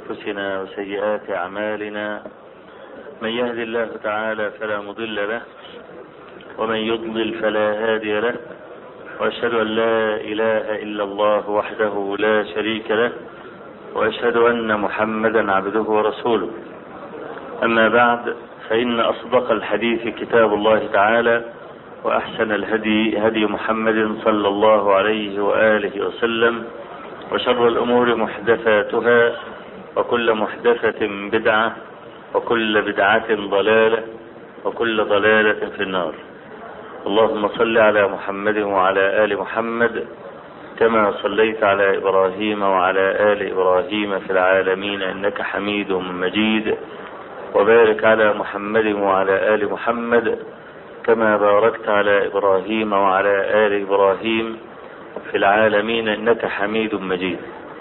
أنفسنا وسيئات أعمالنا، من يهد الله تعالى فلا مضل له ومن يضلل فلا هادي له، وأشهد أن لا إله إلا الله وحده لا شريك له، وأشهد أن محمدا عبده ورسوله. أما بعد، فإن أصدق الحديث كتاب الله تعالى، وأحسن الهدي هدي محمد صلى الله عليه وآله وسلم، وشر الأمور محدثاتها، وكل محدثة بدعة، وكل بدعة ضلالة، وكل ضلالة في النار. اللهم صل على محمد وعلى آل محمد كما صليت على إبراهيم وعلى آل إبراهيم في العالمين إنك حميد مجيد، وبارك على محمد وعلى آل محمد كما باركت على إبراهيم وعلى آل إبراهيم في العالمين إنك حميد مجيد.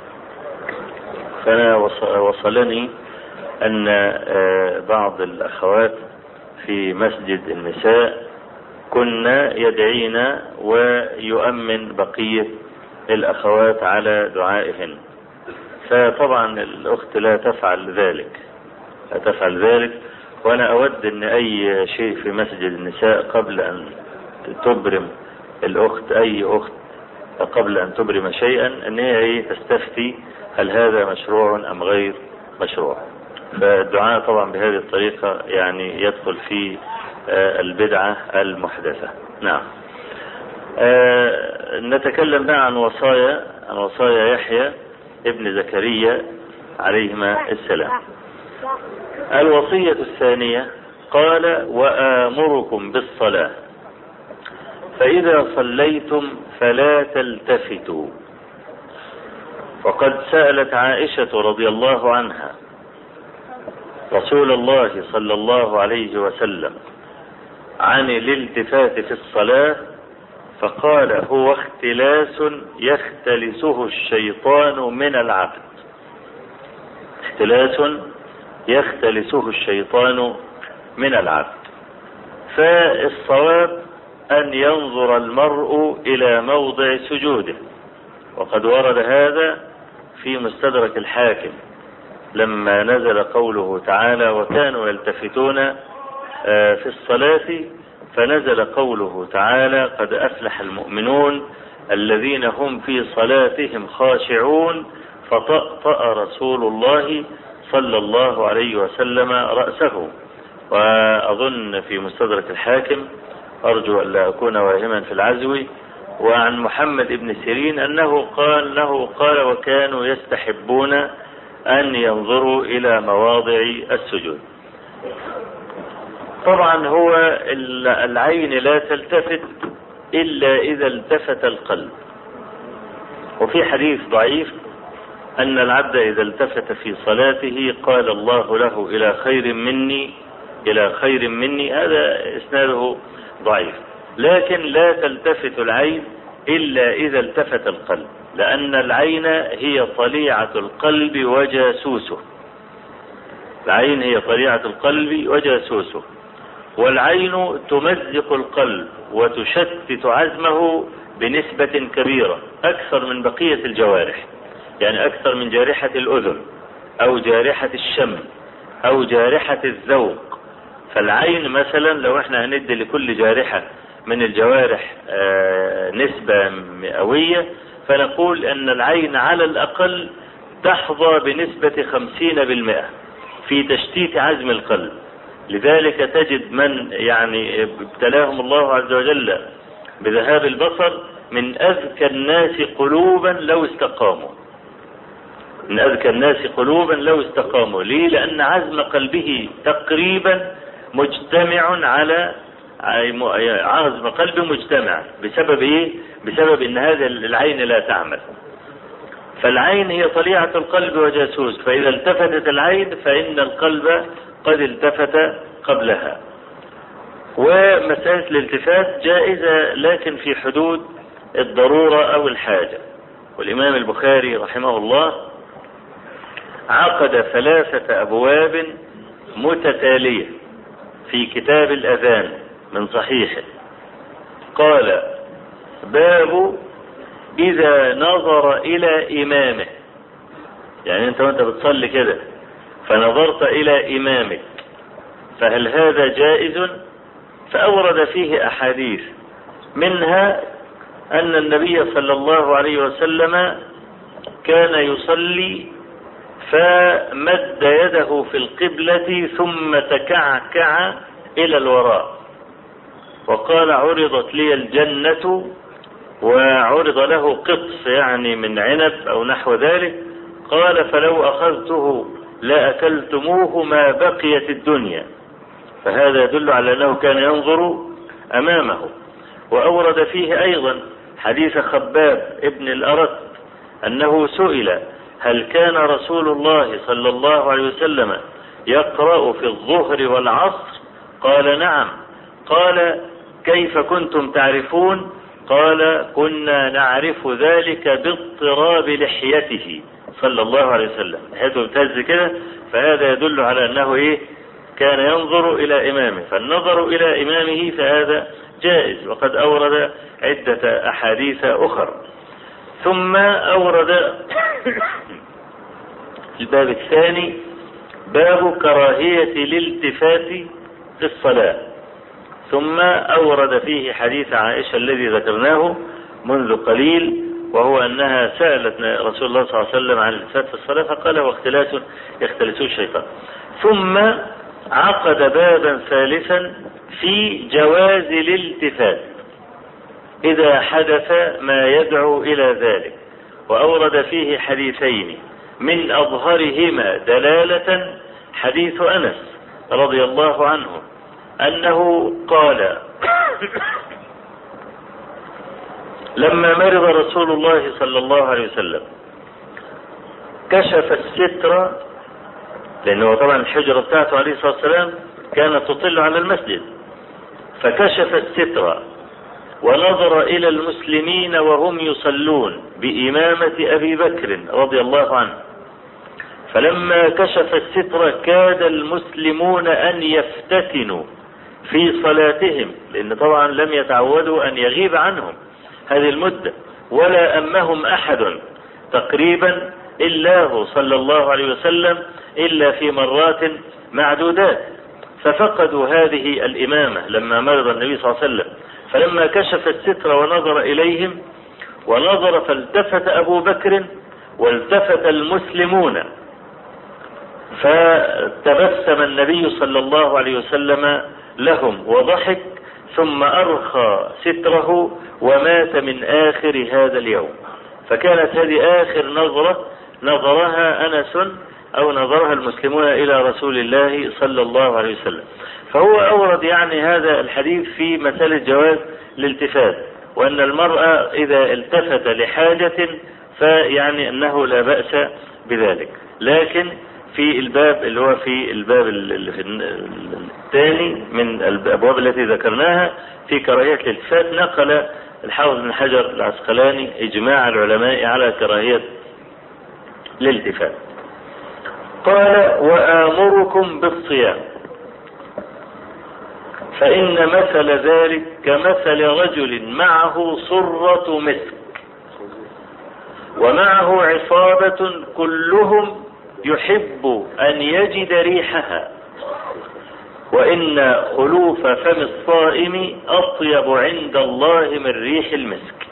فأنا وصلني أن بعض الأخوات في مسجد النساء كنا يدعين ويؤمن بقية الأخوات على دعائهن، فطبعا الأخت لا تفعل ذلك، وأنا أود أن أي شيء في مسجد النساء قبل أن تبرم الأخت، أي أخت قبل أن تبرم شيئا، أن هي تستفتي هل هذا مشروع أم غير مشروع. فالدعاء طبعا بهذه الطريقة يعني يدخل في البدعة المحدثة. نعم. نتكلم بقى عن وصايا يحيى ابن زكريا عليهما السلام. الوصية الثانية قال: وآمركم بالصلاة فإذا صليتم فلا تلتفتوا. وقد سألت عائشة رضي الله عنها رسول الله صلى الله عليه وسلم عن الالتفات في الصلاة، فقال: هو اختلاس يختلسه الشيطان من العبد. اختلاس يختلسه الشيطان من العبد. فالصواب أن ينظر المرء إلى موضع سجوده، وقد ورد هذا في مستدرك الحاكم لما نزل قوله تعالى: وكانوا يلتفتون في الصلاة، فنزل قوله تعالى: قد أفلح المؤمنون الذين هم في صلاتهم خاشعون، فطأطأ رسول الله صلى الله عليه وسلم رأسه. وأظن في مستدرك الحاكم، أرجو أن لا أكون واهما في العزو، وعن محمد بن سيرين أنه قال: وكانوا يستحبون أن ينظروا إلى مواضع السجود. طبعا هو العين لا تلتفت إلا إذا التفت القلب. وفي حديث ضعيف أن العبد إذا التفت في صلاته قال الله له: إلى خير مني. هذا إسناده ضعيف، لكن لا تلتفت العين إلا إذا التفت القلب، لأن العين هي طليعة القلب وجاسوسه. العين هي طليعة القلب وجاسوسه، والعين تمزق القلب وتشتت عزمه بنسبة كبيرة، أكثر من بقية الجوارح، يعني أكثر من جارحة الأذن أو جارحة الشم أو جارحة الذوق. فالعين مثلا لو احنا هندي لكل جارحة من الجوارح نسبة مئوية، فنقول أن العين على الأقل تحظى بنسبة 50% في تشتيت عزم القلب. لذلك تجد من يعني ابتلاهم الله عز وجل بذهاب البصر من أذكى الناس قلوبا لو استقاموا. ليه؟ لأن عزم قلبه تقريبا مجتمع على عزم قلب مجتمع. بسبب ايه؟ بسبب ان هذا العين لا تعمل. فالعين هي طليعة القلب وجاسوس، فإذا التفتت العين فإن القلب قد التفت قبلها. ومسألة الالتفات جائزة لكن في حدود الضرورة أو الحاجة. والإمام البخاري رحمه الله عقد 3 أبواب متتالية في كتاب الأذان من صحيحه. قال: باب إذا نظر إلى إمامه يعني انت وانت بتصلي كده فنظرت الى امامك، فهل هذا جائز؟ فاورد فيه احاديث، منها ان النبي صلى الله عليه وسلم كان يصلي فمد يده في القبلة ثم تكعكع الى الوراء وقال عرضت لي الجنة، وعرض له قطف يعني من عنب او نحو ذلك، قال فلو اخذته لاكلتموه ما بقيت الدنيا. فهذا يدل على انه كان ينظر امامه. واورد فيه ايضا حديث خباب ابن الارت انه سئل هل كان رسول الله صلى الله عليه وسلم يقرأ في الظهر والعصر؟ قال نعم. قال كيف كنتم تعرفون؟ قال كنا نعرف ذلك باضطراب لحيته صلى الله عليه وسلم، لحيته بتهز كده، فهذا يدل على انه كان ينظر الى امامه، فالنظر الى امامه فهذا جائز، وقد اورد عدة احاديث اخرى. ثم اورد الباب الثاني باب كراهية الالتفات في الصلاة، ثم اورد فيه حديث عائشة الذي ذكرناه منذ قليل، وهو انها سألت رسول الله صلى الله عليه وسلم عن الالتفات في الصلاة فقال هو يختلسه الشيطان. ثم عقد بابا ثالثا في جواز الالتفات اذا حدث ما يدعو الى ذلك، واورد فيه حديثين من اظهرهما دلالة حديث انس رضي الله عنه انه قال لما مرض رسول الله صلى الله عليه وسلم كشف الستر، لانه طبعا الحجرة بتاعته عليه الصلاة والسلام كانت تطل على المسجد، فكشف الستر ونظر الى المسلمين وهم يصلون بامامة ابي بكر رضي الله عنه، فلما كشف الستر كاد المسلمون ان يفتتنوا في صلاتهم، لان طبعا لم يتعودوا ان يغيب عنهم هذه المدة ولا امهم احد تقريبا الا هو صلى الله عليه وسلم الا في مرات معدودات، ففقدوا هذه الامامة لما مرض النبي صلى الله عليه وسلم. فلما كشف الستر ونظر اليهم ونظر فالتفت ابو بكر والتفت المسلمون، فتبسم النبي صلى الله عليه وسلم لهم وضحك، ثم ارخى ستره ومات من اخر هذا اليوم. فكانت هذه اخر نظرة نظرها انس او نظرها المسلمون الى رسول الله صلى الله عليه وسلم. فهو اورد يعني هذا الحديث في مسألة جواز الالتفات، وان المرأة اذا التفت لحاجة فيعني انه لا بأس بذلك. لكن في الباب اللي هو في الباب الثاني من الابواب التي ذكرناها في كراهية الالتفات، نقل الحافظ بن حجر العسقلاني اجماع العلماء على كراهية الالتفات. قال وآمركم بالصيام فإن مثل ذلك كمثل رجل معه صرة مسك ومعه عصابة كلهم يحب أن يجد ريحها، وإن خلوف فم الصائم أطيب عند الله من ريح المسك.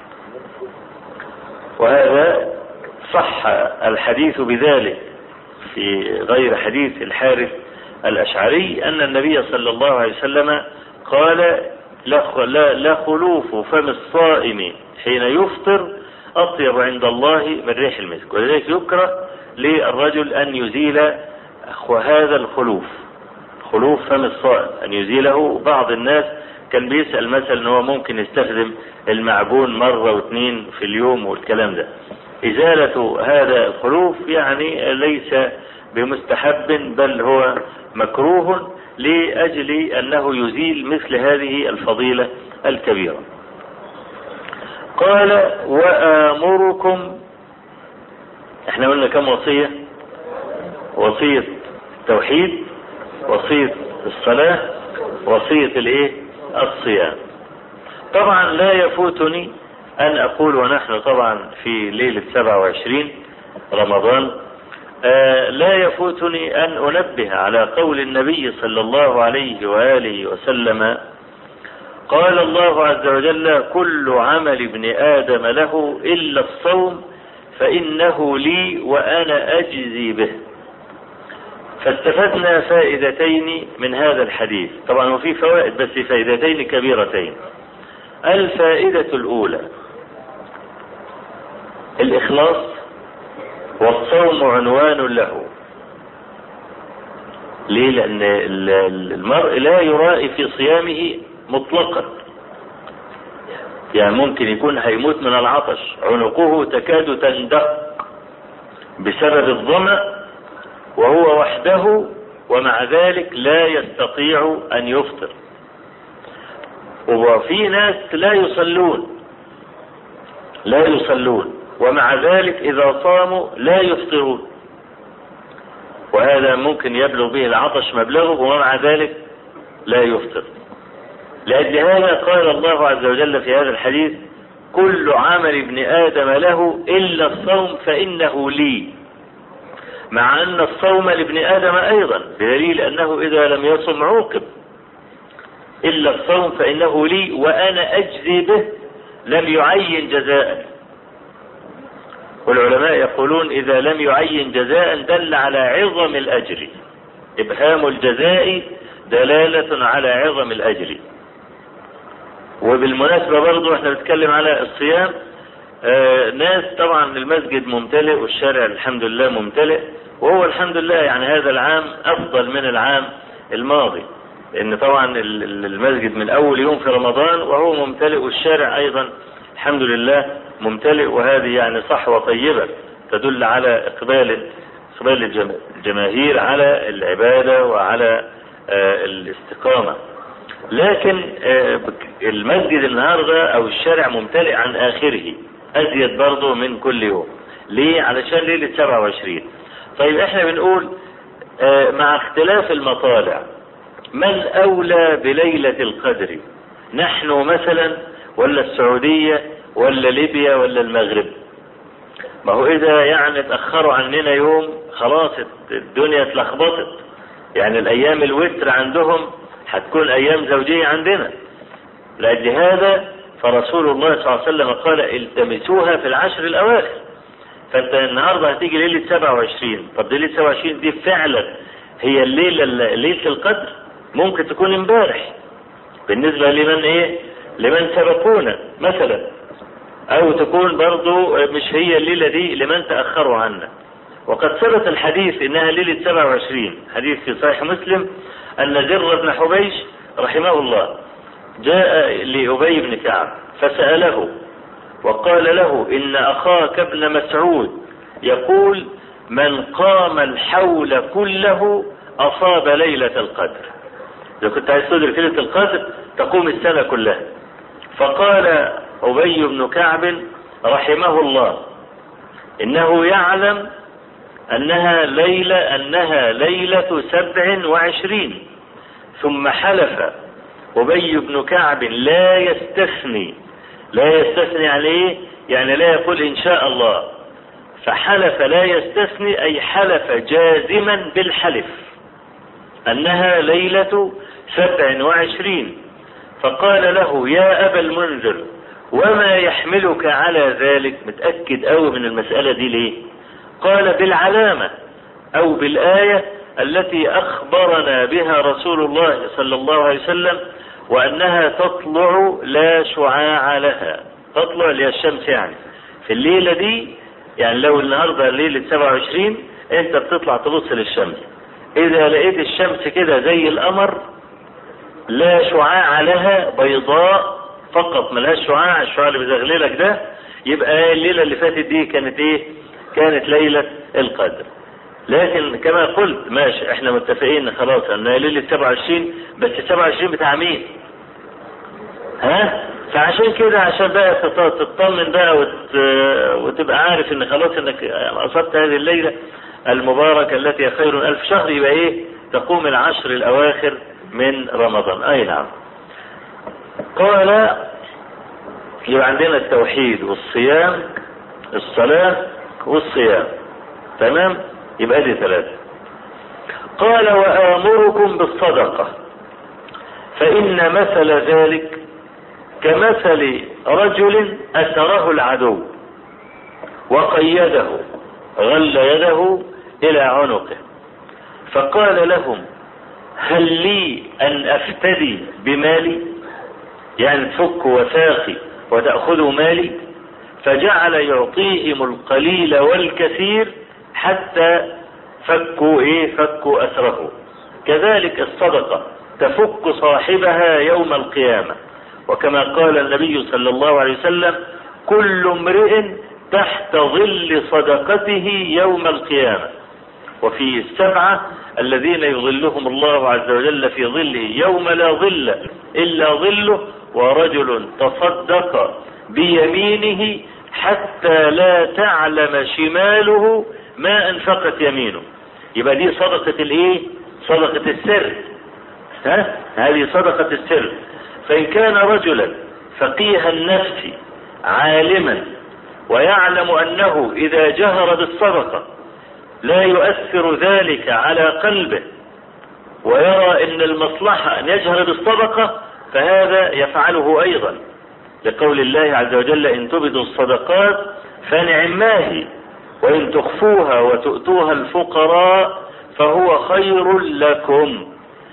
وهذا صح الحديث بذلك في غير حديث الحارث الأشعري أن النبي صلى الله عليه وسلم قال لا خلوف فم الصائم حين يفطر أطيب عند الله من ريح المسك. ولذلك يكره للرجل أن يزيل هذا الخلوف، خلوف فم الصائم، أن يزيله. بعض الناس كان بيسأل مثلا أنه هو ممكن يستخدم المعجون مرة واثنين في اليوم والكلام ده. إزالة هذا الخلوف يعني ليس بمستحب، بل هو مكروه لأجل أنه يزيل مثل هذه الفضيلة الكبيرة. قال وآمركم، احنا قلنا كم وصية؟ وصية التوحيد، وصية الصلاة، وصية الصيام. طبعا لا يفوتني أن أقول ونحن طبعا في ليلة 27 رمضان لا يفوتني أن أنبه على قول النبي صلى الله عليه وآله وسلم: قال الله عز وجل: كل عمل ابن آدم له إلا الصوم فإنه لي وأنا أجزي به. فاستفدنا فائدتين من هذا الحديث، طبعا هو في فوائد بس فائدتين كبيرتين. الفائدة الأولى الإخلاص، والصوم عنوان له. ليه؟ لأن المرء لا يرائي في صيامه مطلقا، يعني ممكن يكون هيموت من العطش، عنقه تكاد تندق بسبب الظمأ وهو وحده، ومع ذلك لا يستطيع أن يفطر. وفي ناس لا يصلون ومع ذلك إذا صاموا لا يفطرون، وهذا ممكن يبلغ به العطش مبلغه ومع ذلك لا يفطر. لأجل هذا قال الله عز وجل في هذا الحديث: كل عمل ابن آدم له إلا الصوم فإنه لي، مع أن الصوم لابن آدم أيضا، بدليل أنه إذا لم يصم عوقب. إلا الصوم فإنه لي وأنا أجزي به، لم يعين جزاء. والعلماء يقولون إذا لم يعين جزاء دل على عظم الأجر، إبهام الجزاء دلالة على عظم الأجر. وبالمناسبة برضو احنا بنتكلم على الصيام، ناس طبعا المسجد ممتلئ والشارع الحمد لله ممتلئ، وهو الحمد لله يعني هذا العام أفضل من العام الماضي، لأن طبعا المسجد من أول يوم في رمضان وهو ممتلئ، والشارع أيضا الحمد لله ممتلئ، وهذه يعني صحوة طيبة تدل على إقبال الجماهير على العبادة وعلى الاستقامة. لكن المسجد النهاردة أو الشارع ممتلئ عن آخره، أزيد برضه من كل يوم. ليه؟ علشان ليلة 27. طيب احنا بنقول مع اختلاف المطالع من أولى بليلة القدر؟ نحن مثلا ولا السعودية ولا ليبيا ولا المغرب؟ ما هو إذا يعني تأخروا عننا يوم خلاص الدنيا اتلخبطت، يعني الأيام الوتر عندهم هتكون أيام زوجية عندنا. لأجل هذا فرسول الله صلى الله عليه وسلم قال: التمسوها في العشر الأواخر. فأنت النهاردة هتيجي ليلة 27، طب ليلة 27 دي فعلا هي ليلة القدر؟ ممكن تكون امبارح بالنسبة لمن سبقونا مثلا، أو تكون برضو مش هي الليلة دي لمن تأخروا عنا. وقد ثبت الحديث إنها ليلة 27، حديث في صحيح مسلم أن زر بن حبيش رحمه الله جاء لأبي بن كعب فسأله وقال له: إن أخاك ابن مسعود يقول: من قام الحول كله أصاب ليلة القدر. إذا كنت عايز تدرك ليلة القدر تقوم السنة كلها. فقال أبي بن كعب رحمه الله: إنه يعلم أنها ليلة 27. ثم حلف أبي بن كعب لا يستثني عليه، يعني لا يقول إن شاء الله، فحلف لا يستثني أي حلف جازما بالحلف أنها ليلة 27. فقال له: يا أبا المنذر وما يحملك على ذلك؟ متأكد أوي من المسألة دي ليه؟ قال: بالعلامة أو بالآية التي أخبرنا بها رسول الله صلى الله عليه وسلم، وأنها تطلع لا شعاع لها. تطلع اللي هي الشمس، يعني في الليلة دي، يعني لو النهاردة ليلة 27 انت بتطلع تبص للشمس، إذا لقيت الشمس كده زي القمر لا شعاع لها، بيضاء فقط ملهاش شعاع، الشعاع اللي بيزغللك ده، يبقى الليلة اللي فاتت دي كانت ليلة القدر. لكن كما قلت ماشي، احنا متفقين خلاص انها ليلة 27، بس 27 بتاع مين؟ فعشان كده عشان بقى تطمن بقى وتبقى عارف ان خلاص انك اصبت هذه الليلة المباركة التي خير 1000 شهر، يبقى تقوم العشر الاواخر من رمضان. اي نعم. قال: يبقى عندنا التوحيد والصيام، الصلاة والصيام، تمام؟ يبقى دي 3. قال وآمركم بالصدقة فإن مثل ذلك كمثل رجل أسره العدو وقيده غل يده إلى عنقه فقال لهم هل لي أن أفتدي بمالي، يعني تفكوا وثاقي وتأخذوا مالي، فجعل يعطيهم القليل والكثير حتى فكوا أسره. كذلك الصدقة تفك صاحبها يوم القيامة، وكما قال النبي صلى الله عليه وسلم كل امرئ تحت ظل صدقته يوم القيامة. وفي 7 الذين يظلهم الله عز وجل في ظله يوم لا ظل إلا ظله، ورجل تصدق بيمينه حتى لا تعلم شماله ما أنفقت يمينه. يبقى دي صدقة صدقة السر. هذه صدقة السر. فإن كان رجلا فقيه النفس عالما ويعلم أنه إذا جهر بالصدقة لا يؤثر ذلك على قلبه، ويرى أن المصلحة أن يجهر بالصدقة، فهذا يفعله أيضا، لقول الله عز وجل إن تبدوا الصدقات فنعماه وإن تخفوها وتؤتوها الفقراء فهو خير لكم.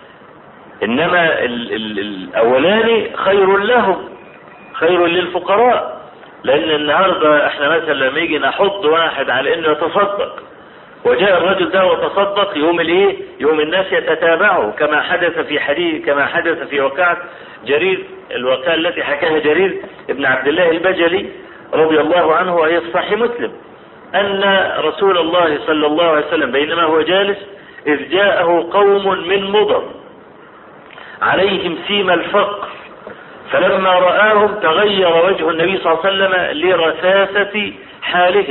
إنما الأولاني خير لهم، خير للفقراء. لأن النهاردة احنا مثلا لما يجي نحط واحد على انه يتصدق وجاء الرجل ده وتصدق، يوم الناس يتتابعه، كما حدث في وقعة جرير، الوقعة التي حكاها جرير ابن عبد الله البجلي رضي الله عنه، وهي في صحيح مسلم، أن رسول الله صلى الله عليه وسلم بينما هو جالس إذ جاءه قوم من مضر عليهم سيم الفقر، فلما رآهم تغير وجه النبي صلى الله عليه وسلم لرثاثة حالهم،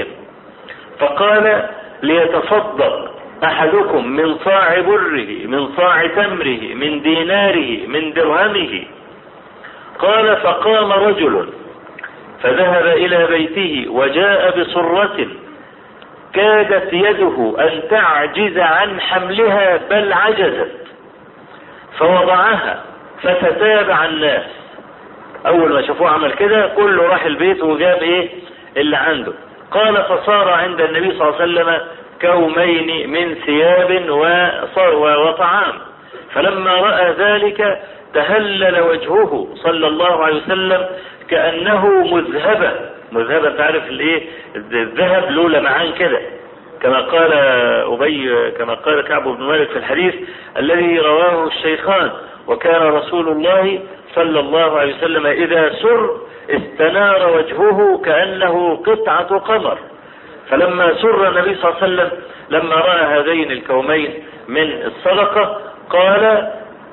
فقال ليتصدق أحدكم من صاع بره، من صاع تمره، من ديناره، من درهمه. قال فقام رجل فذهب إلى بيته وجاء بصرة كادت يده أن تعجز عن حملها بل عجزت، فوضعها فتتابع الناس. أول ما شافوه عمل كده كله راح البيت وجاب اللي عنده. قال فصار عند النبي صلى الله عليه وسلم كومين من ثياب وطعام، فلما رأى ذلك تهلل وجهه صلى الله عليه وسلم كأنه مذهبة تعرف الذهب له لمعان كده، كما قال كعب بن مالك في الحديث الذي رواه الشيخان، وكان رسول الله صلى الله عليه وسلم إذا سر استنار وجهه كأنه قطعة قمر. فلما سر النبي صلى الله عليه وسلم لما رأى هذين الكومين من الصدقة قال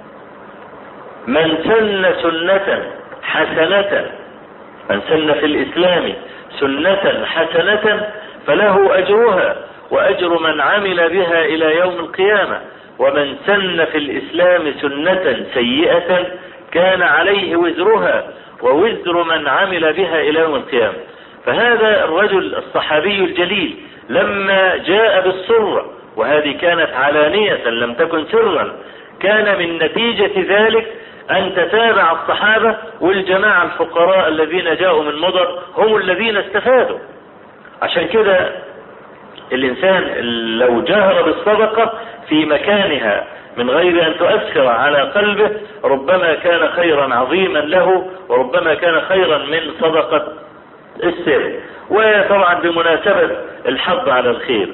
من سن سنة حسنة، من سن في الإسلام سنة حسنة فله أجرها وأجر من عمل بها إلى يوم القيامة، ومن سن في الإسلام سنة سيئة كان عليه وزرها ووزر من عمل بها إلى يوم القيامة. فهذا الرجل الصحابي الجليل لما جاء بالسرة، وهذه كانت علانية لم تكن سرا، كان من نتيجة ذلك أن تتابع الصحابة والجماعة الفقراء الذين جاءوا من مضر هم الذين استفادوا. عشان كده الإنسان لو جهر بالصدقة في مكانها من غير أن تؤثر على قلبه ربما كان خيرا عظيما له، وربما كان خيرا من صدقة السر. وطبعا بمناسبة الحض على الخير،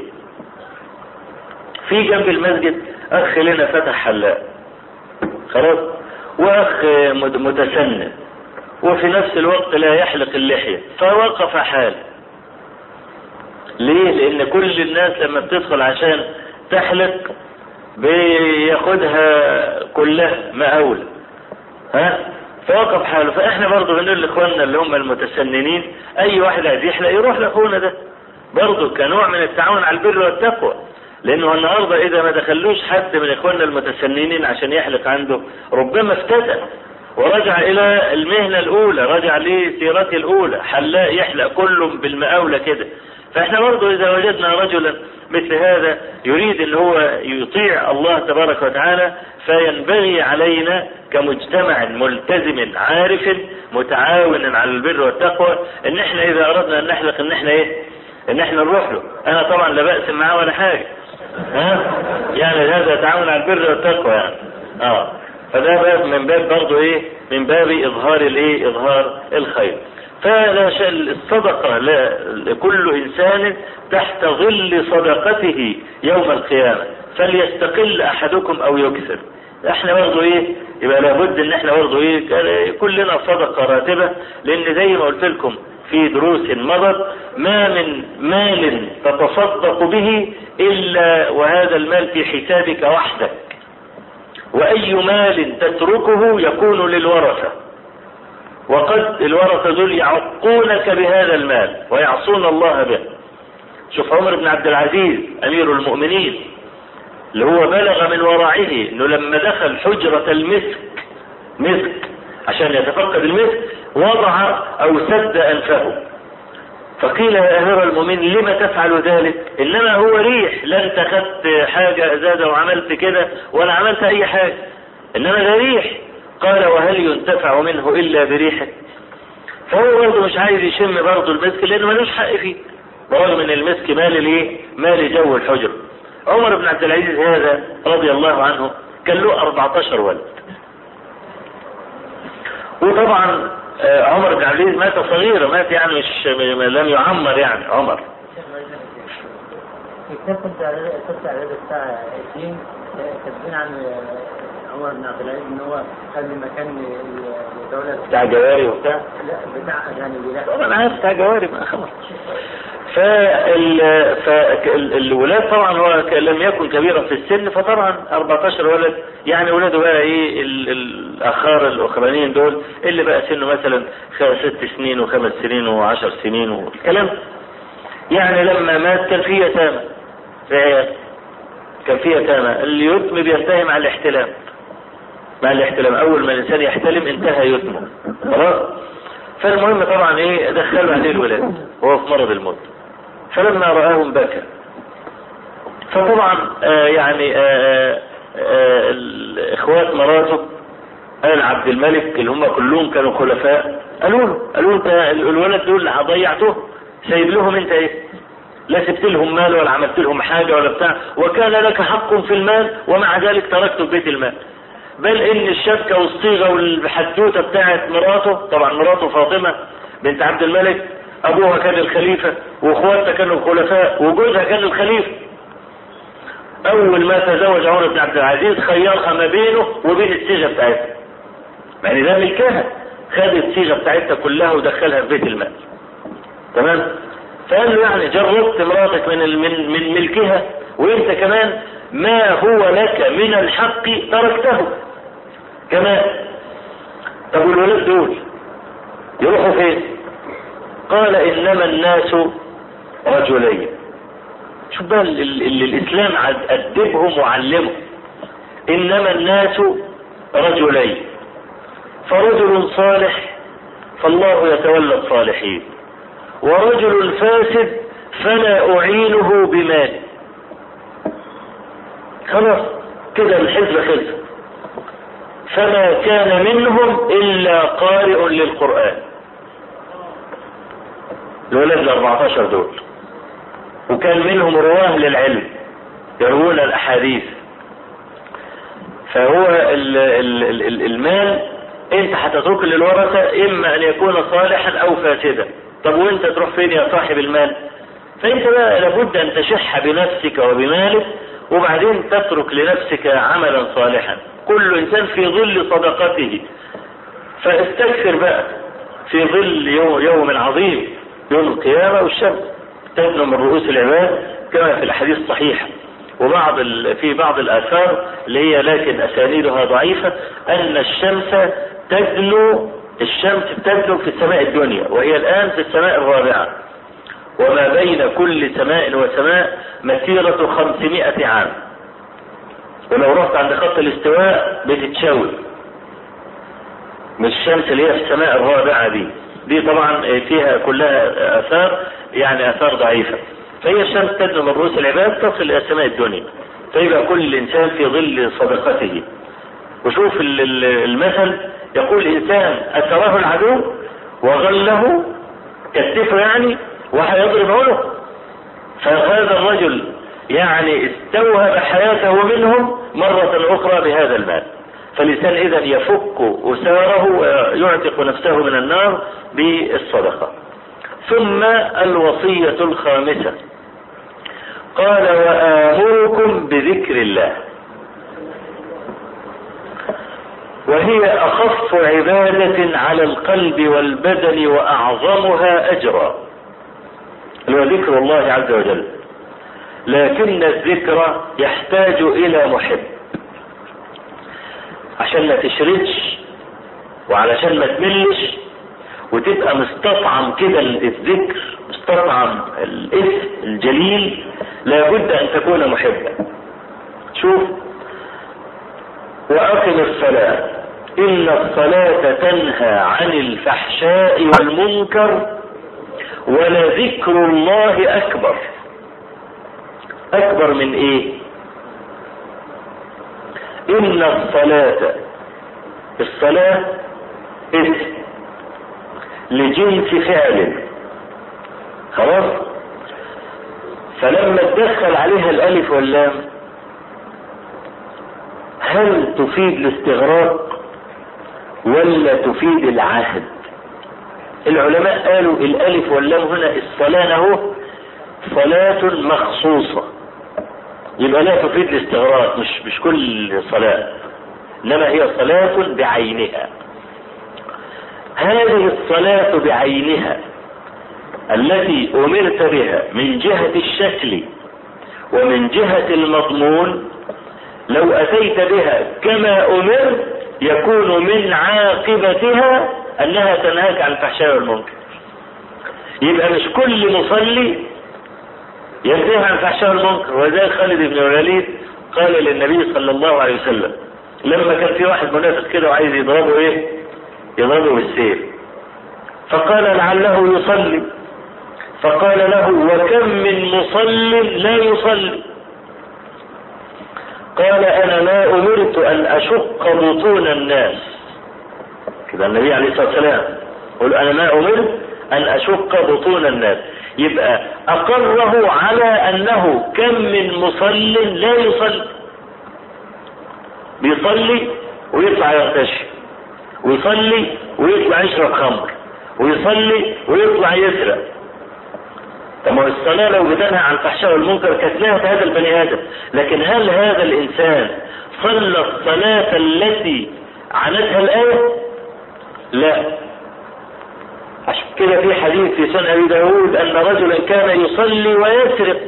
في جنب المسجد أخ لنا فتح حلاق خلاص، وأخ متسنن وفي نفس الوقت لا يحلق اللحية، فوقف حال. ليه؟ لأن كل الناس لما بتدخل عشان تحلق بياخدها كلها مقاولة، فوقف حاله. فاحنا برضو بنقول لاخواننا اللي هم المتسننين اي واحد عايز يحلق يروح لاخونا ده برضو كنوع من التعاون على البر والتقوى، لانه النهارده اذا ما دخلوش حد من اخواننا المتسننين عشان يحلق عنده ربما افتتن ورجع الى المهنة الاولى، رجع لسيرته الاولى، حلاق يحلق كله بالمقاولة كده. فاحنا برضه اذا وجدنا رجلا مثل هذا يريد ان هو يطيع الله تبارك وتعالى، فينبغي علينا كمجتمع ملتزم عارف متعاون على البر والتقوى ان احنا اذا اردنا ان نحلق ان احنا ايه، ان احنا نروح له. انا طبعا لا بأس معاه ولا حاجة، يعني هذا تعاون على البر والتقوى يعني. فده باب من باب برضه ايه، من باب اظهار الايه، اظهار الخير. فلا شيء الصدقة لكل انسان تحت ظل صدقته يوم القيامة، فليستقل احدكم او يكثر. احنا برضه ايه، يبقى لابد ان احنا برضه ايه كلنا صدقة راتبة، لان زي ما قلت لكم في دروس مضت ما من مال تتصدق به الا وهذا المال في حسابك وحدك، واي مال تتركه يكون للورثة، وقد الورثة دول يعقونك بهذا المال ويعصون الله به. شوف عمر بن عبد العزيز امير المؤمنين اللي هو بلغ من ورعه انه لما دخل حجرة مسك عشان يتفقد المسك وضع او سد انفه، فقيل يا امير المؤمنين لما تفعل ذلك؟ انما هو ريح، لا انت خدت حاجة ازازة وعملت كده ولا عملت اي حاجة، انما ده ريح. قال وهل ينتفع منه الا بريحه؟ فهو برضه مش عايز يشم برضه المسك لانه ملوش حق فيه، برغم ان المسك مال الايه، مال جو الحجر. عمر بن عبد العزيز هذا رضي الله عنه كان له 14 ولد، وطبعا عمر بن عبد العزيز مات صغيرا، مات يعني مش لم يعمر يعني عمر. كتبت على بتاع الدين كاتبين عن عمر بن عبد العزيز ان هو قبل ما كان الدوله بتاع جواري وبتاع، لا بتاع يعني طبعا انا عارف بتاع جواري ما خلاص. فالولاد طبعا هو لم يكن كبيرا في السن، فطبعا 14 ولد يعني ولاده بقى ايه الاخار الاخرانيين دول اللي بقى سنه مثلا 6 سنين و5 سنين و10 سنين والكلام. يعني لما مات كان فيه يتامى، كان فيه يتامى. اليتم بينتهي مع الاحتلام، مع الاحتلام اول ما الانسان يحتلم انتهى يتمه خلاص. فالمهم طبعا ايه دخلوا عليه الولاد وهو في مرض الموت، فلما رآهم بكى. فطبعا الاخوات مراته قال عبد الملك اللي هم كلهم كانوا خلفاء، قالوا له انت الولد دول اللي ضيعته سايب لهم انت ايه؟ لا سبت لهم مال ولا عملت لهم حاجة ولا بتاع، وكان لك حق في المال ومع ذلك تركته في بيت المال. بل ان الشبكة والصيغة والحدوتة بتاعت مراته، طبعا مراته فاطمة بنت عبد الملك ابوها كان الخليفة واخواتها كانوا الخلفاء وجوزها كان الخليفة. اول ما تزوج عمر بن عبد العزيز خيرها ما بينه وبين الصيغة بتاعتها، يعني ده ملكها، خد الصيغة بتاعتها كلها ودخلها في بيت المال. تمام؟ فقال له يعني جربت مراتك من ملكها وانت كمان ما هو لك من الحق تركته كمان. طب والولاد دول يروحوا فين؟ قال انما الناس رجلين. شوف بقى اللي الاسلام ادبهم وعلمهم. انما الناس رجلين، فرجل صالح فالله يتولى الصالحين، ورجل فاسد فلا اعينه بمال. خلاص كده الحزب خلص. فما كان منهم الا قارئ للقرآن، الولاد 14 دول، وكان منهم رواه للعلم يروون الاحاديث. فهو المال انت هتترك للورثة اما ان يكون صالحا او فاسدا. طب وانت تروح فين يا صاحب المال؟ فانت بقى لابد ان تشح بنفسك وبمالك، وبعدين تترك لنفسك عملا صالحا. كل انسان في ظل صدقته، فاستكثر بقى في ظل يوم عظيم يوم القيامة، والشمس تدنو من رؤوس العباد كما في الحديث الصحيح. في بعض الآثار اللي هي لكن أسانيدها ضعيفة أن الشمس تدنو في السماء الدنيا، وهي الآن في السماء الرابعة، وما بين كل سماء وسماء مسيرة 500 عام. ولو رحت عند خط الاستواء بتتشاور من الشمس اللي هي في السماء الرابعة دي طبعا فيها كلها آثار يعني اثار ضعيفة. فهي الشمس تدنو من رؤوس العباد تصل الى سماء الدنيا، فيبقى كل انسان في ظل صدقته. وشوف المثل يقول انسان اثره العدو وغله كتفه يعني وهيضرب عنقه، فهذا الرجل يعني استوهب حياته منهم مرة اخرى بهذا المال. فالإنسان اذا يفك أساره ويعتق نفسه من النار بالصدقة. ثم الوصية الخامسة قال وآمركم بذكر الله، وهي أخف عبادة على القلب والبدن وأعظمها أجرا، هو ذكر الله عز وجل. لكن الذكر يحتاج إلى محب عشان ما تشردش وعلشان ما تملش وتبقى مستطعم كده الذكر، مستطعم الاسم الجليل، لابد ان تكون محبا. شوف واقم الصلاة ان الصلاة تنهى عن الفحشاء والمنكر ولذكر الله اكبر. اكبر من ايه؟ ان الصلاة اسم لجنس فعل، خلاص؟ فلما تدخل عليها الالف واللام هل تفيد الاستغراق ولا تفيد العهد؟ العلماء قالوا الالف واللام هنا الصلاة اهو صلاة مخصوصة، يبقى لا تفيد الاستغراق، مش كل صلاة، انما هي صلاة بعينها. هذه الصلاة بعينها التي امرت بها من جهة الشكل ومن جهة المضمون، لو اتيت بها كما امرت يكون من عاقبتها انها تنهاك عن الفحشاء والمنكر. يبقى مش كل مصلي ينتهي عن الفحشاء والمنكر. وذلك خالد بن الوليد قال للنبي صلى الله عليه وسلم لما كان في واحد منافق كده وعايز يضربه يضربه بالسيف، فقال لعله يصلي، فقال له وكم من مصل لا يصلي؟ قال انا ما امرت ان اشق بطون الناس. كده النبي عليه الصلاة والسلام يقول انا ما امرت ان اشق بطون الناس. يبقى اقره على انه كم من مصل لا يصلي، بيصلي ويطلع يغتشي، ويصلي ويطلع يشرب خمر، ويصلي ويطلع يسرق. طب ما الصلاة لو بتنهى عن الفحشاء والمنكر كانت نهت هذا البني ادم، لكن هل هذا الانسان صلى الصلاة التي عنتها الآية؟ لا. عشان كده في حديث في سنن ابي داود ان رجلا كان يصلي ويسرق،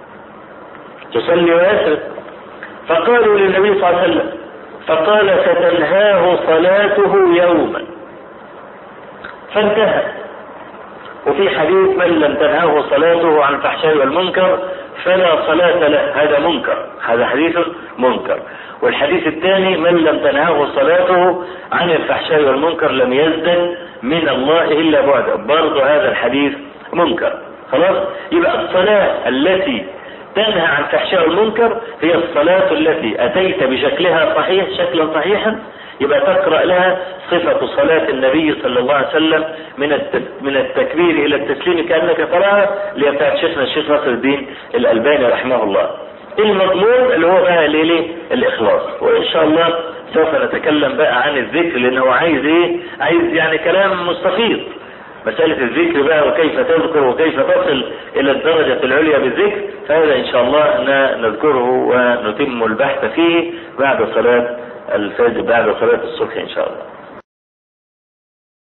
فقالوا للنبي صلى الله عليه وسلم، فقال ستنهاه صلاته يوما، فانتهى. وفي حديث من لم تنهاه صلاته عن الفحشاء والمنكر فلا صلاة له، هذا منكر، هذا حديث منكر. والحديث الثاني من لم تنهاه صلاته عن الفحشاء والمنكر لم يزدد من الله إلا بعدا، برضو هذا الحديث منكر. خلاص؟ يبقى الصلاة التي تنهى عن الفحشاء والمنكر هي الصلاة التي أتيت بشكلها صحيح، شكلا صحيحا، يبقى تقرأ لها صفة صلاة النبي صلى الله عليه وسلم من التكبير إلى التسليم كأنك تراها، اللي بتاعت شيخنا الشيخ ناصر الدين الألباني رحمه الله. المضمون اللي هو بقى الإخلاص. وإن شاء الله سوف نتكلم بقى عن الذكر، لأنه عايز عايز يعني كلام مستفيض. مسألة الذكر بقى وكيف تذكر وكيف تصل إلى الدرجة العليا بالذكر، فهذا إن شاء الله نذكره ونتم البحث فيه بعد صلاة الفجر، بعد صلاة الصبح إن شاء الله.